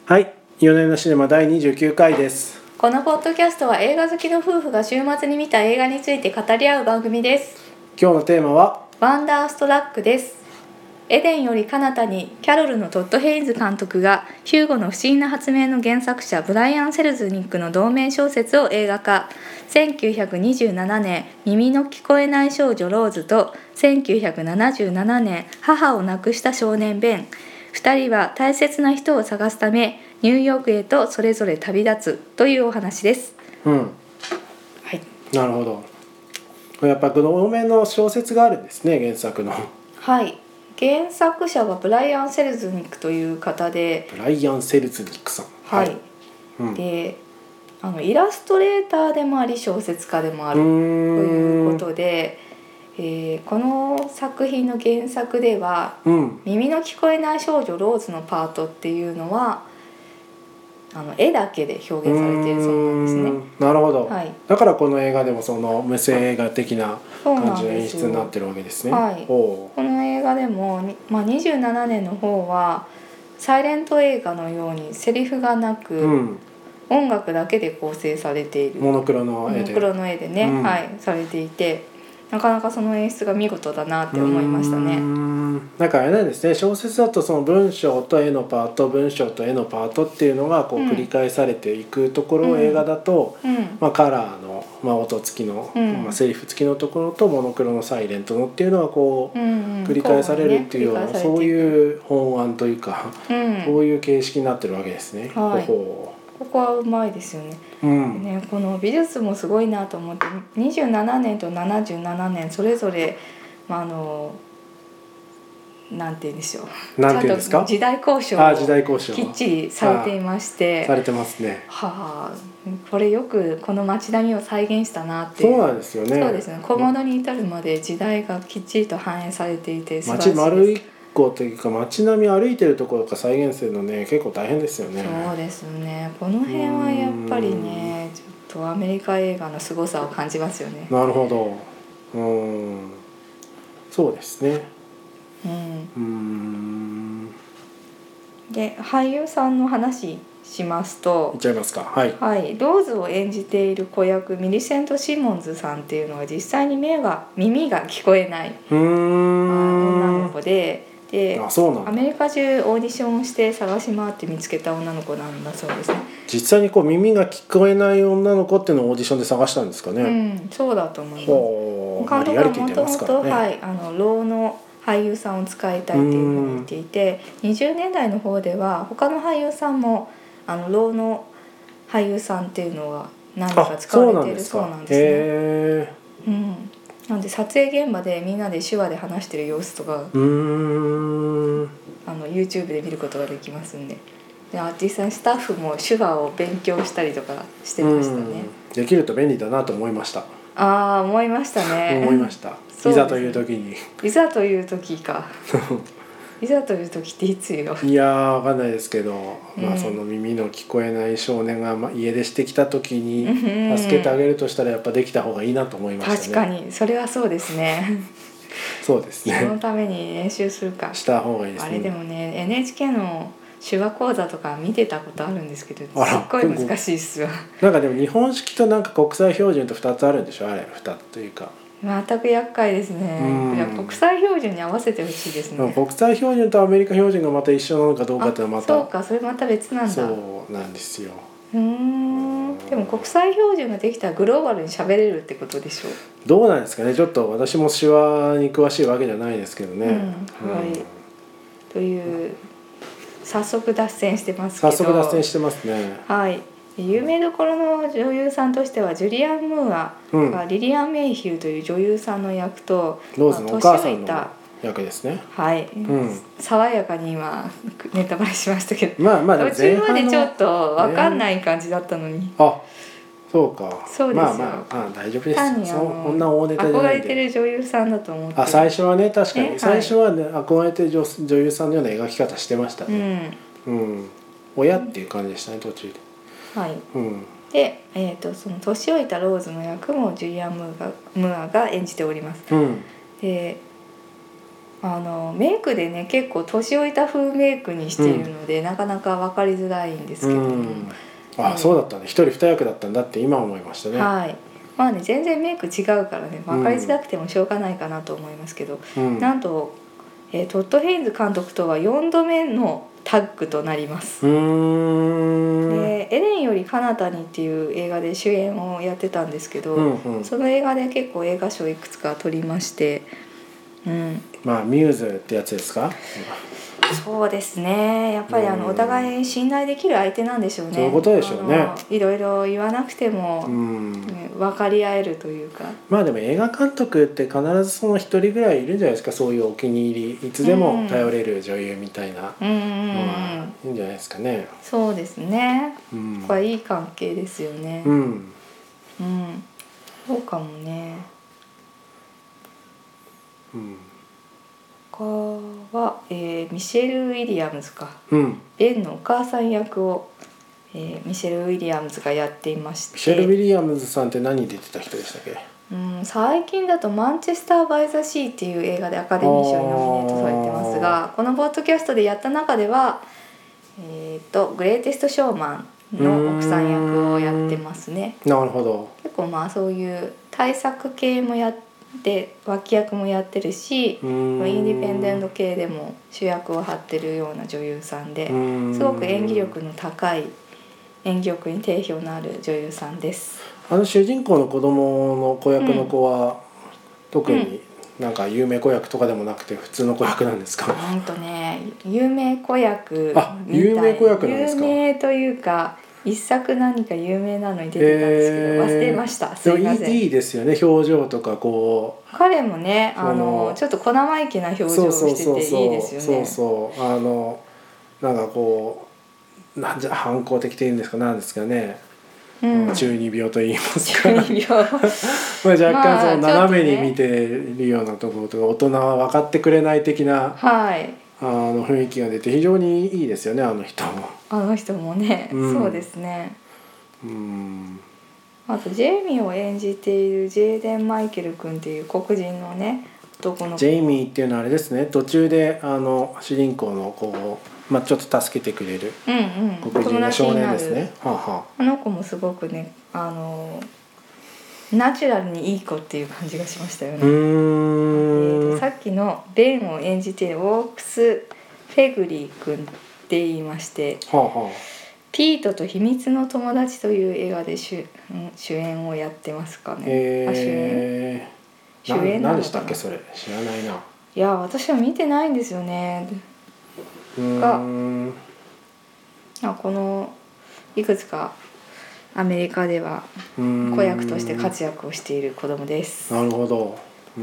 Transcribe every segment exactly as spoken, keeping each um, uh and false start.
はい、よねんのシネマだいにじゅうきゅうかいです。 このポッドキャストは映画好きの夫婦が週末に見た映画について語り合う番組です。 今日のテーマはワンダーストラックです。エデンより彼方にキャロルのトッド・ヘインズ監督がヒューゴの不思議な発明の原作者ブライアン・セルズニックの同名小説を映画化。せんきゅうひゃくにじゅうななねん耳の聞こえない少女ローズとせんきゅうひゃくななじゅうななねん母を亡くした少年ベン、ふたりは大切な人を探すためニューヨークへとそれぞれ旅立つというお話です。 うん、 はい、 なるほど。やっぱ同名の小説があるんですね、原作の。 はい、原作者はブライアン・セルズニックという方で、 ブライアン・セルズニックさん。 はい、はい、うん、であのイラストレーターでもあり小説家でもあるということで、えー、この作品の原作では、うん、耳の聞こえない少女ローズのパートっていうのはあの絵だけで表現されているそうなんですね。 なるほど、 はい、 だからこの映画でもその無声映画的な感じの演出になってるわけですね。 はい、この映画でも、まあ、にじゅうななねんの方はサイレント映画のようにセリフがなく、うん、音楽だけで構成されているモノクロの絵で、 モノクロの絵でね、うん、はい、されていて、なかなかその演出が見事だなって思いましたね。 うーん、なんかあれなんですね、小説だとその文章と絵のパート文章と絵のパートっていうのがこう繰り返されていくところを、うん、映画だと、うん、まあ、カラーの、まあ、音付きの、うん、まあ、セリフ付きのところとモノクロのサイレントのっていうのがこう、うんうん、繰り返されるっていうような、ね、そういう本案というか、うん、そういう形式になってるわけですね。 はい、 ほほここはうまいですよね。うん、ね、この美術もすごいなと思って、にじゅうななねんとななじゅうななねんそれぞれ、まあ、あのなんて言うんでしょう、 なんて言うんですか、 ちゃんと時代交渉をきっちりされていまして、 されてますね。 はあ、これよくこの街並みを再現したなっていう。 そうなんですよね。 そうですね、小物に至るまで時代がきっちりと反映されていて素晴らしいです。 街丸一個というか街並み歩いてるところから再現するのね、結構大変ですよね。 そうですね、この辺はやっぱりねちょっとアメリカ映画の凄さを感じますよね。 なるほど、うん、そうですね。うん、うーん、 で俳優さんの話しますと、 いっちゃいますか。はい、 はい、ローズを演じている子役ミリセント・シモンズさんっていうのが実際に目が耳が聞こえない、うーん、女の子で、であ、そうなんだ。 アメリカ中オーディションをして探し回って見つけた女の子なんだそうですね。 実際にこう耳が聞こえない女の子っていうのをオーディションで探したんですかね。 うん、そうだと思います。監督はもともとろうの俳優さんを使いたいっていうふうに言っていて、にじゅうねんだいの方では他の俳優さんもあのろうの俳優さんっていうのは何か使われているそうなんですね。へー、うん、なんで撮影現場でみんなで手話で話してる様子とか、うーん、あの YouTube で見ることができますんで、で実際にスタッフも手話を勉強したりとかしてましたね。 できると便利だなと思いました。 ああ、思いましたね。 思いました。いざという時に。 いざという時か。いざという時っていつよ。 いやー、わかんないですけど、うん、まあその耳の聞こえない少年が家出してきた時に助けてあげるとしたらやっぱできた方がいいなと思いましたね。 確かにそれはそうですね。 そうですね。 そのために練習するか。 した方がいいですね。 あれでもね、エヌエイチケー の手話講座とか見てたことあるんですけど、すっごい難しいっすよ。 なんかでも日本式となんか国際標準とふたつあるんでしょ、あれふたつというか。全く厄介ですね。国際標準に合わせてほしいですね。 国際標準とアメリカ標準がまた一緒なのかどうかっていうのはまた。 そうか、それまた別なんだ。 そうなんですよ。 うーん、でも国際標準ができたらグローバルに喋れるってことでしょう。 どうなんですかね、ちょっと私も手話に詳しいわけじゃないですけどね。うん、はい、 うん、という早速脱線してますけど。 早速脱線してますね。 はい。有名どころの女優さんとしてはジュリアン・ムーアがリリアン・メイヒューという女優さんの役と、 ローズのお母さんの役ですね。 はい、うん、爽やかに今ネタバレしましたけど、 まあまあ途中までちょっと分かんない感じだったのに、ね、 あ、そうか。 そうですよ。 まあまあ、あ、大丈夫です。単にあのそんな大ネタじゃないんで。 憧れてる女優さんだと思って。 あ、最初はね、確かに、ね、最初はね、憧れてる 女, 女優さんのような描き方してましたね。うん、うん、親っていう感じでしたね、途中で。はい。うん。で、えー、とその年老いたローズの役もジュリアン・ムーアが、ムーアが演じております。うん、であのメイクでね結構年老いた風メイクにしているので、うん、なかなか分かりづらいんですけども、うん、 あ、そうだったね、一人二役だったんだって今思いましたね。 はい、まあね全然メイク違うからね分かりづらくてもしょうがないかなと思いますけど、うん、なんと、えー、トッド・ヘインズ監督とはよんどめのタッグとなります。うーん、でエレンより彼方にっていう映画で主演をやってたんですけど、うんうん、その映画で結構映画賞いくつか取りまして、うん、 まあミューズってやつですか。 そうですね、やっぱりあのお互い信頼できる相手なんでしょうね。 そういうことでしょうね。 いろいろ言わなくても、ね、分かり合えるというか。 まあでも映画監督って必ずその一人ぐらいいるんじゃないですか、そういうお気に入りいつでも頼れる女優みたいなのはいいんじゃないですかね。 そうですね、うん、これはいい関係ですよね。うん、うん、そうかもね。うん、他は、えー、ミシェル・ウィリアムズか、うん、ベンのお母さん役を、えー、ミシェル・ウィリアムズがやっていまして。 ミシェル・ウィリアムズさんって何に出てた人でしたっけ。 うん、最近だとマンチェスター・バイ・ザ・シーっていう映画でアカデミー賞にノミネートされてますが、このポッドキャストでやった中では、えー、とグレイテスト・ショーマンの奥さん役をやってますね。 なるほど。 結構まあそういう大作系もやって脇役もやってるし、インディペンデント系でも主役を張ってるような女優さんで、すごく演技力の高い、演技力に定評のある女優さんです。 あの主人公の子供の子役の子は、うん、特になんか有名子役とかでもなくて普通の子役なんですか。 うんとね、有名子役。 あ、有名子役なんですか。 有名というか一作何か有名なのに出てたんですけど、忘れました。すいません。 いいですよね、表情とかこう。彼もね、あのちょっと小生意気な表情をしてていいですよね。 そうそうそう、あのなんかこうなんじゃ反抗的というんですか、なんですかね。うん、中二病と言いますかまあ若干その斜めに見てるようなところとか、大人は分かってくれない的な、はい、あの雰囲気が出て非常にいいですよね、あの人も。 あの人もね、うん、そうですね。うん、あとジェイミーを演じているジェイデン・マイケル君っていう黒人のね男の子。 ジェイミーっていうのはあれですね、途中であの主人公のこうまあ、ちょっと助けてくれる黒人の少年ですね。はあはあ、あの子もすごくね、あのナチュラルにいい子っていう感じがしましたよね。うーん、えー、さっきのベンを演じているウォークス・フェグリー君って言いまして、はあはあ、ピートと秘密の友達という映画で 主, 主演をやってますかね。えー、あ、主演主演なのかな。何でしたっけそれ、知らないな。 いや私は見てないんですよね。があこのいくつかアメリカでは子役として活躍をしている子供です。 なるほど。うん、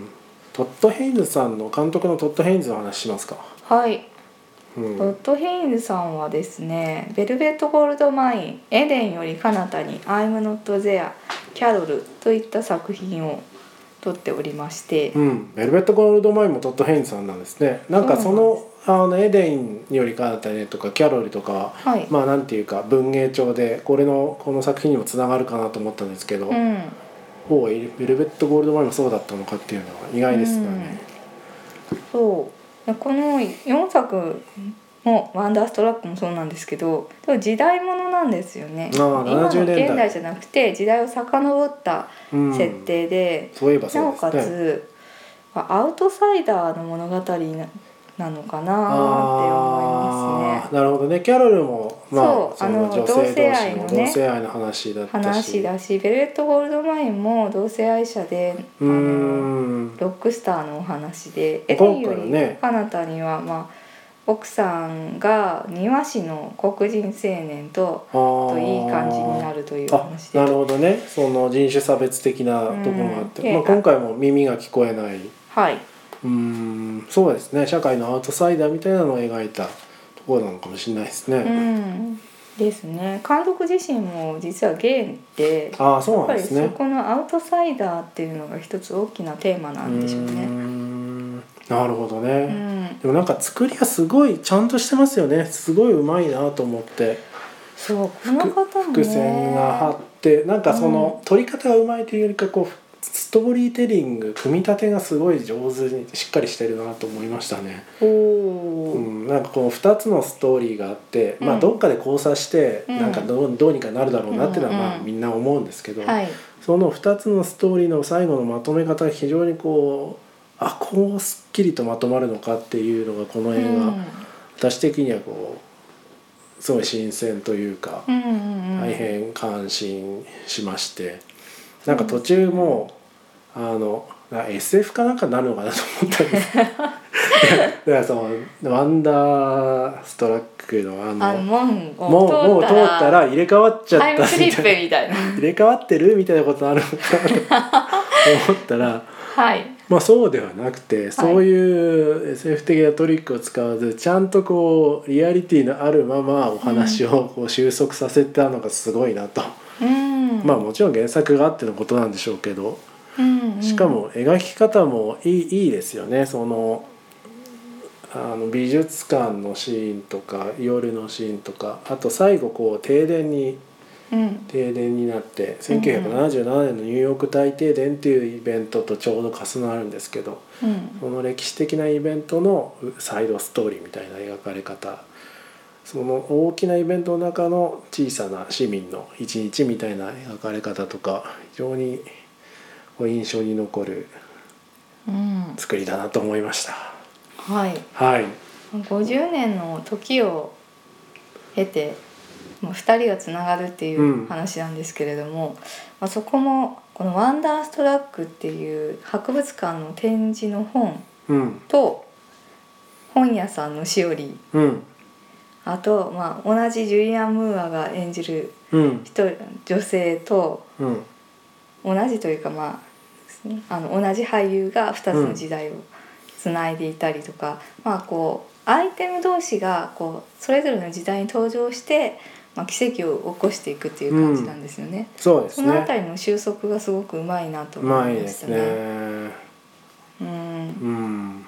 トッド・ヘインズさんの監督のトッド・ヘインズの話しますか。 はい、うん、トッド・ヘインズさんはですね、ベルベット・ゴールド・マイン、エデンより彼方に、I'm Not There、キャロルといった作品を撮っておりまして、 うん、ベルベット・ゴールド・マインもトッド・ヘインズさんなんですね。なんかそのあのエデンより彼方にとかキャロルとか、はい、まあなんていうか文芸調でこれのこの作品にもつながるかなと思ったんですけど、うん、おベルベット・ゴールド・マインもそうだったのかっていうのは意外ですよね。 うん、そうこのよんさくもワンダーストラックもそうなんですけど、時代物なんですよね。あ今の現代じゃなくて時代を遡った設定で、うん、そういえばそうですね、なおかつアウトサイダーの物語なのかなって思いますね。 なるほどね。キャロルもまあそうあの女性同士の同性愛の話だったし、 話だし、ベルベット・ゴールド・マインも同性愛者であのロックスターのお話で、エデンより彼方にはまあ奥さんが庭師の黒人青年とといい感じになるという話で。 なるほどね。その人種差別的なところがあって、まあ、今回も耳が聞こえない。はい。うーん、そうですね。社会のアウトサイダーみたいなのを描いたところなのかもしれないですね。 うんですね。監督自身も実はゲイで、 ああそうなんですね。 やっぱりそこのアウトサイダーっていうのが一つ大きなテーマなんでしょうね。うーん、なるほどね。うん、でもなんか作りがすごいちゃんとしてますよね。すごいうまいなと思って。 そうこの方もね。 伏線が張ってなんかその、うん、撮り方がうまいというよりかこうストーリーテリング組み立てがすごい上手にしっかりしてるなと思いましたね。 お、 うん、なんかこのふたつのストーリーがあって、うん、まあどっかで交差して、うん、なんかどう、どうにかなるだろうなっていうのはまあみんな思うんですけど、 はい、 そのふたつのストーリーの最後のまとめ方が非常にこうあこうすっきりとまとまるのかっていうのがこの映画、うん、私的にはこうすごい新鮮というか、うんうんうん、大変感心しまして、なんか途中もあの エスエフ かなんかになるのかなと思ったんですだからそのワンダーストラックのあのあの門をもうもう通ったら入れ替わっちゃったみたいな、 タイムスリップみたいな入れ替わってるみたいなことあるのかなと思ったら、 はい、 まあそうではなくて、そういう エスエフ 的なトリックを使わずちゃんとこうリアリティのあるままお話をこう収束させたのがすごいなと、うん、まあもちろん原作があってのことなんでしょうけど、うんうん、しかも描き方もいい、いいですよね。そのあの美術館のシーンとか夜のシーンとか、あと最後こう停電に、うん、停電になってせんきゅうひゃくななじゅうななねんのニューヨーク大停電っていうイベントとちょうど重なるんですけど、うん、その歴史的なイベントのサイドストーリーみたいな描かれ方、その大きなイベントの中の小さな市民の一日みたいな描かれ方とか、非常に印象に残る作りだなと思いました。 うん、はい、 はい、 ごじゅうねんの時を経てもうふたりがつながるっていう話なんですけれども、うん、まあ、そこもこのワンダーストラックっていう博物館の展示の本と、本屋さんのしおり、うん、あと、まあ、同じジュリアン・ムーアが演じる一人、女性と、うん、同じというか、まあ、あの同じ俳優がふたつの時代をつないでいたりとか、うん、まあこうアイテム同士がこうそれぞれの時代に登場して、まあ、奇跡を起こしていくっていう感じなんですよね。うん、そうですね。そのあたりの収束がすごくうまいなと思いましたね。うまいですね。うん。 うん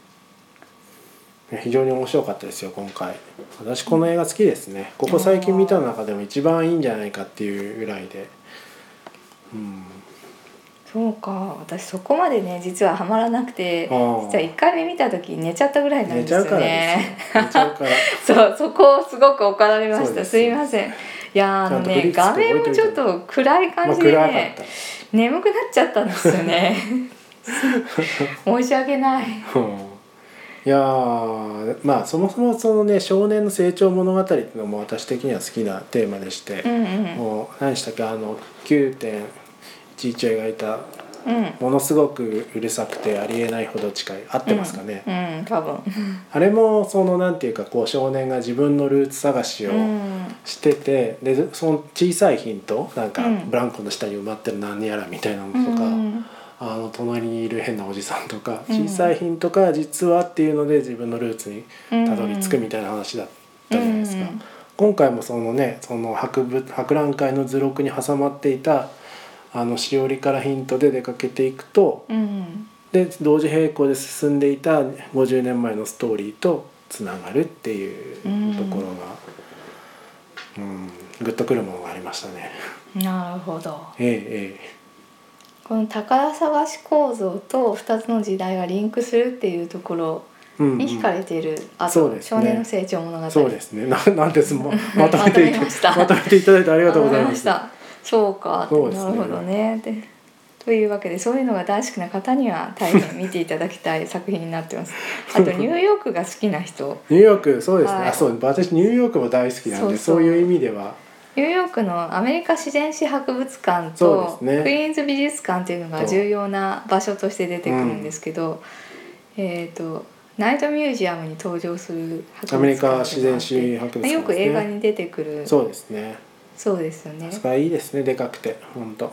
非常に面白かったですよ今回。私この映画好きですね。ここ最近見た中でも一番いいんじゃないかっていうぐらいで、うん、 そうか。私そこまでね実はハマらなくて、実はいっかいめ見た時寝ちゃったぐらいなんですよね。 寝ちゃうからですよ。寝ちゃうからそうそこをすごく怒られました。すいません。いやあのね画面もちょっと暗い感じでね、まあ、眠くなっちゃったんですよね。申し訳ない。 いやまあそもそもそのね少年の成長物語っていうのも私的には好きなテーマでして、うんうん、もう何でしたっけ、あの きゅうてんいちいち を描いた、うん、ものすごくうるさくてありえないほど近い、合ってますかね、 うんうん、多分あれもそのなんていうかこう少年が自分のルーツ探しをしてて、うん、でその小さいヒントなんかブランコの下に埋まってる何やらみたいなのとか、うんあの隣にいる変なおじさんとか小さいヒントから実はっていうので自分のルーツにたどり着くみたいな話だったじゃないですか、うんうん、今回もそのねその 博, 物博覧会の図録に挟まっていたあのしおりからヒントで出かけていくと、うんうん、で同時並行で進んでいたごじゅうねんまえのストーリーとつながるっていうところが、うんうん、グッとくるものがありましたね。 なるほど。 ええええこの宝探し構造とふたつの時代がリンクするっていうところに惹かれている、うんうん、あと、ね、少年の成長物語。 そうですね。ななんですもまとめていたまとめていただいてありがとうございます。 そうか、そうですね、なるほどね。でというわけでそういうのが大好きな方には大変見ていただきたい作品になってます。あとニューヨークが好きな人。 ニューヨークそうですね。はい、あそう私ニューヨークも大好きなんで、そうそう、そういう意味では。 ニューヨークのアメリカ自然史博物館と、ね、クイーンズ美術館っていうのが重要な場所として出てくるんですけど、うん、えーと、ナイトミュージアムに登場する博物館、アメリカ自然史博物館ですね、よく映画に出てくる。 そうですね。 そうですよね。 そこはいいですね、でかくて本当。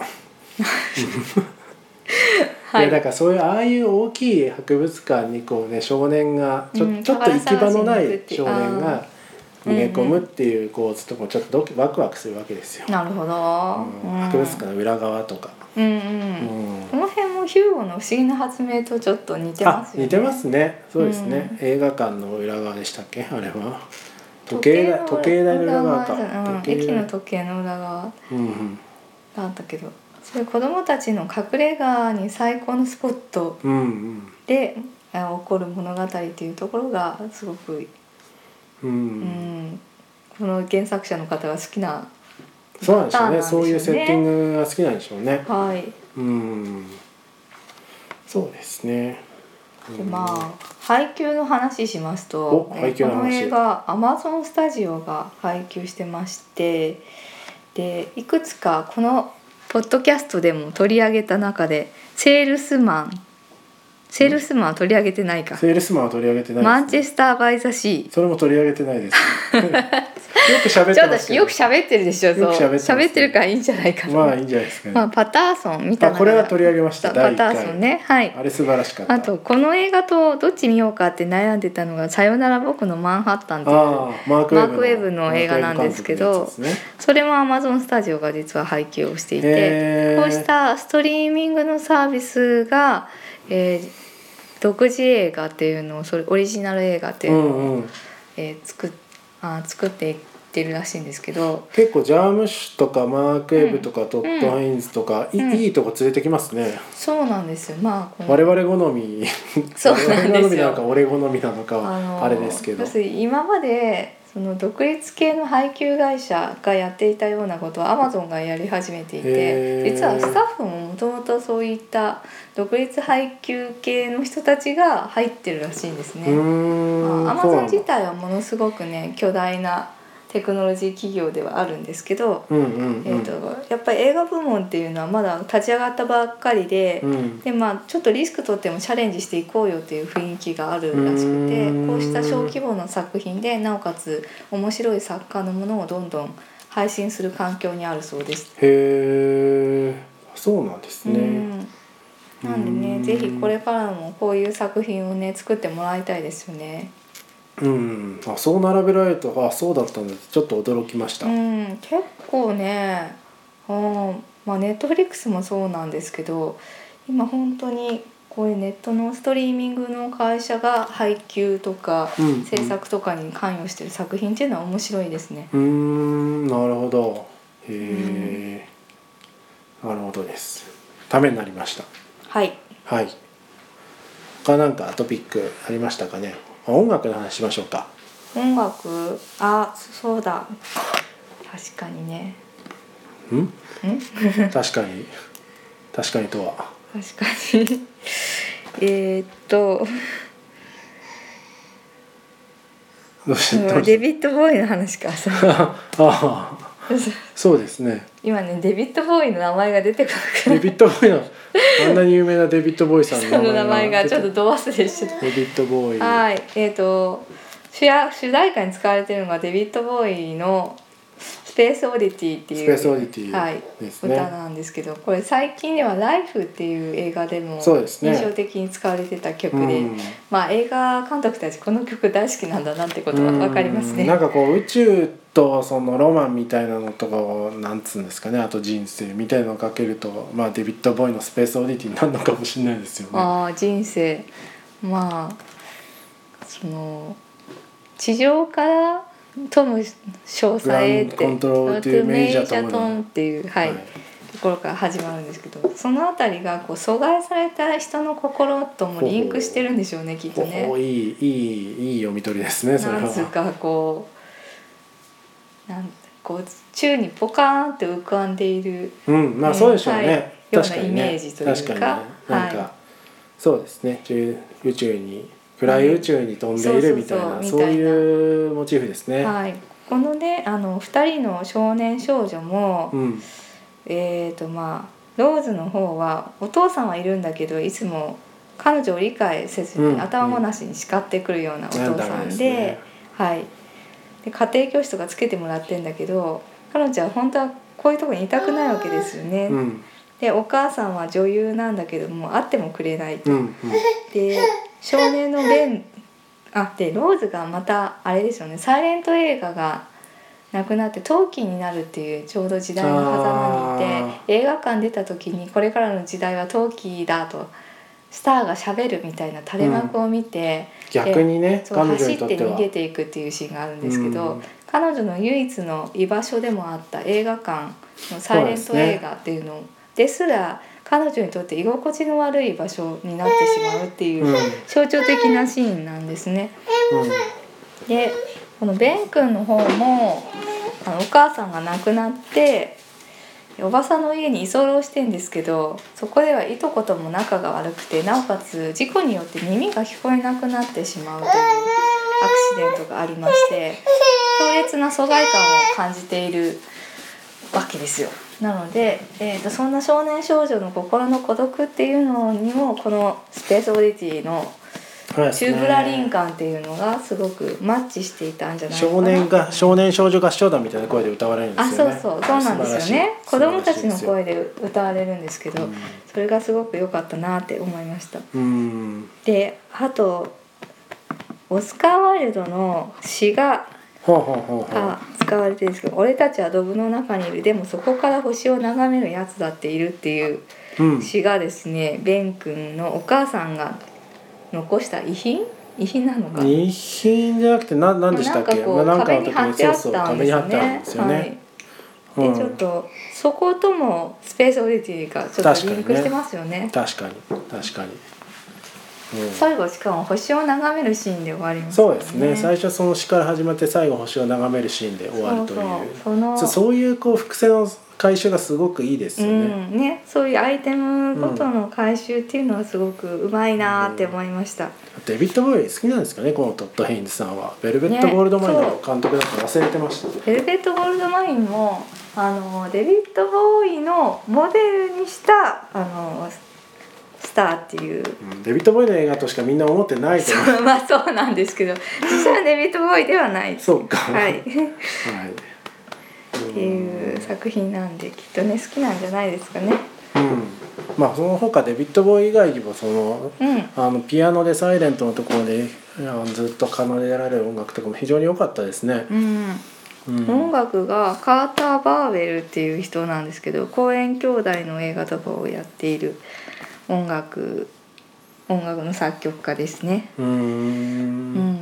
はい、いやだからそういうああいう大きい博物館にこうね少年がちょ、うん、ちょっと行き場のない少年が逃げ込むっていう構図とかちょっとワクワクするわけですよ。 なるほど、 うん、博物館の裏側とか、 うんうんうん、この辺もヒューゴの不思議な発明とちょっと似てますよね。 似てますね。そうですね、うん、映画館の裏側でしたっけあれは。時計台、時計台の裏側か、 うん、駅の時計の裏側だったけど、 そういう子どもたちの隠れ家に最高のスポットで、うんうん、起こる物語っていうところがすごく、うんうん、この原作者の方が好きなパターンなんでしょうね。 そうなんでしょうね。そういうセッティングが好きなんでしょうね。 はい。 うん、そうですね。 でまあ配給の話しますと、この映画 Amazon スタジオが配給してまして、でいくつかこのポッドキャストでも取り上げた中でセールスマンセールスマンは取り上げてないか。 セールスマンは取り上げてないです、ね。 マンチェスターバイザシー。 それも取り上げてないです、ね。よく喋ってますけど。 よく喋ってるでしょ。そう。喋って、ってるからいいんじゃないかと。 まあいいんじゃないですかね。 まあパターソンみたいな。 これは取り上げました。 パターソンね。はい。 あれ素晴らしかった。 あとこの映画とどっち見ようかって悩んでたのがさよなら僕のマンハッタンっていうマークウェブの映画なんですけど、ね、それも Amazon スタジオが実は配給をしていて、こうしたストリーミングのサービスが、えー独自映画っていうのをそれオリジナル映画っていうのを、うんうんえー、作, あ作っていってるらしいんですけど、 結構ジャームッシュとかマーク・エブとか、うん、トッド・ハインズとか、うん、い, いいとこ連れてきますね。 そうなんですよ。まあ我々好みそうなんですよ。我々好みなのか俺好みなのかあれですけど、 今までその独立系の配給会社がやっていたようなことは Amazon がやり始めていて、実はスタッフももともとそういった独立配給系の人たちが入ってるらしいんですね。まあ、Amazon 自体はものすごくね巨大なテクノロジー企業ではあるんですけど、うんうんうんえーと、やっぱり映画部門っていうのはまだ立ち上がったばっかりで、うん、でまあちょっとリスク取ってもチャレンジしていこうよっていう雰囲気があるらしくて、こうした小規模な作品でなおかつ面白い作家のものをどんどん配信する環境にあるそうです。 へー、そうなんですね。うんなんでね、ぜひこれからもこういう作品をね作ってもらいたいですよね。 うん、あそう並べられるとあそうだったんだってちょっと驚きました。 うん、結構ね、あまあネットフリックスもそうなんですけど、今本当にこういうネットのストリーミングの会社が配給とか制作とかに関与してる作品っていうのは面白いですね。 うん、なるほど。へえ、うん、なるほどです。ためになりました。 はいはい。他なんかトピックありましたかね。音楽の話しましょうか。 音楽、あ、そうだ。確かにね。 ん？ん？確かに。確かにとは。 確かに。えっと。 どうしてデビッド・ボーイの話か。 ああ、そうですね。 今ねデビッド・ボーイの名前が出てくる。デビッド・ボーイのあんなに有名なデビッド・ボーイさんの名前がちょっとど忘れしちゃった。 デビッド・ボーイ。 はい、えっと主や主題歌に使われているのがデビッド・ボーイのスペース・オディティっていう、 スペースオディティ、 はい、歌なんですけど、これ最近ではライフっていう映画でも印象的に使われてた曲で、うん、まあ映画監督たちこの曲大好きなんだなってことは分かりますね。 うん、なんかこう宇宙とそのロマンみたいなのとかをなんつうんですかね、あと人生みたいなのをかけると、まあデビッド・ボーイのスペースオディティになるのかもしれないですよね。 ああ、人生、まあその地上からトム少佐へってコントロールというメイジャートムっていう、はいはい、ところから始まるんですけど、そのあたりがこう阻害された人の心ともリンクしてるんでしょうね、きっとね。 ほほいいいいいい読み取りですね。それはなんつうかこうなんこう宙にポカーンって浮かんでいる、 うん、まあそうでしょうね、はい、 ようなイメージというか、 確かにね、なんか、はい、そうですね、宇宙に暗い宇宙に飛んでいるみたいな、そういうモチーフですね。 はい、このねあのふたりの少年少女も、うん、えーとまあローズの方はお父さんはいるんだけどいつも彼女を理解せずに、うん、頭ごなしに叱ってくるようなお父さん で,、うんね、はい、で家庭教師とかつけてもらってんだけど、彼女は本当はこういうところにいたくないわけですよね。うん、でお母さんは女優なんだけども会ってもくれないと、うんうん、で少年のベンあでローズがまたあれですよね、サイレント映画がなくなってトーキーになるっていうちょうど時代の狭間にいて、映画館出た時にこれからの時代はトーキーだとスターがしゃべるみたいな垂れ幕を見て、 うん、逆にねそう走って逃げていくっていうシーンがあるんですけど、うん、彼女の唯一の居場所でもあった映画館のサイレント映画っていうのですら彼女にとって居心地の悪い場所になってしまうっていう象徴的なシーンなんですね。うん、でこのベン君の方もあのお母さんが亡くなっておばさんの家に居候してんですけど、そこではいとことも仲が悪くて、なおかつ事故によって耳が聞こえなくなってしまうというアクシデントがありまして、強烈な疎外感を感じているわけですよ。なので、えーと、そんな少年少女の心の孤独っていうのにもこのスペースオディティのチューブラリン感っていうのがすごくマッチしていたんじゃないかな。 少年が少年少女合唱団みたいな声で歌われるんですよね。 あ、そうそうそうなんですよね。子供たちの声で歌われるんですけど、うん、それがすごく良かったなって思いました。うん、で、あとオスカー・ワイルドの詩がほうほうほうほうが使われてるんですけど、俺たちはドブの中にいる、でもそこから星を眺めるやつだっているっていう詩がですね、うん、ベン君のお母さんが残した遺品遺品なのか遺品じゃなくてな何でしたっけ、 まあ、なんかこう壁に貼ってあったんですよね。はい、でちょっとそこともスペースオディティがちょっとリンクしてますよね。 確かに確かに、 うん、最後しかも星を眺めるシーンで終わりますよね。そうですね。最初その詩から始まって最後星を眺めるシーンで終わるという、そうそう、そのそういうこう伏線の回収がすごくいいですよね。 うん、ね、そういうアイテムごとの回収っていうのはすごくうまいなって思いました。うん、 デビッド・ボーイ好きなんですかね、このトッド・ヘインズさんは。ベルベット・ゴールドマインの監督だと忘れてました、ね。 ベルベット・ゴールドマインもあのデビッド・ボーイのモデルにしたあのスターっていう、 うん、デビッド・ボーイの映画としかみんな思ってないと思う。 まあそうなんですけど、実はデビッド・ボーイではない。 そうか。 はい。はいっていう作品なんできっとね好きなんじゃないですかね。 うん、まあその他デビッド・ボーイ以外にもその、うん、あのピアノでサイレントのところでずっと奏でられる音楽とかも非常に良かったですね。うんうん、音楽がカーター・バーベルっていう人なんですけど、コーエン兄弟の映画とかをやっている音楽音楽の作曲家ですね。うん、うん、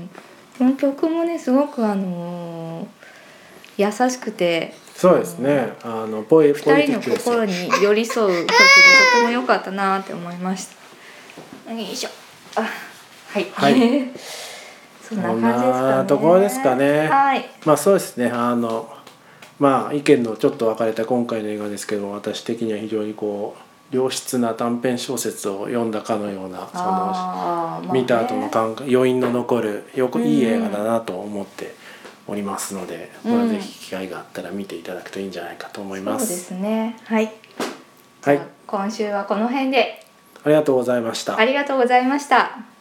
この曲もねすごくあのー、優しくて、 そうですね、あのポエふたりの心に寄り添う曲でとても良かったなって思いました。よいしょ。あ、はい、はい、そんな感じですかね。 そんなところですかね。 はい、 まあそうですね、あのまあ意見のちょっと分かれた今回の映画ですけど、私的には非常にこう良質な短編小説を読んだかのような、その、まあね、見た後の感覚余韻の残るよくいい映画だなと思っておりますので、うん、まあ、ぜひ機会があったら見ていただくといいんじゃないかと思います。 そうですね。はい。 はい。 今週はこの辺で。 ありがとうございました。 ありがとうございました。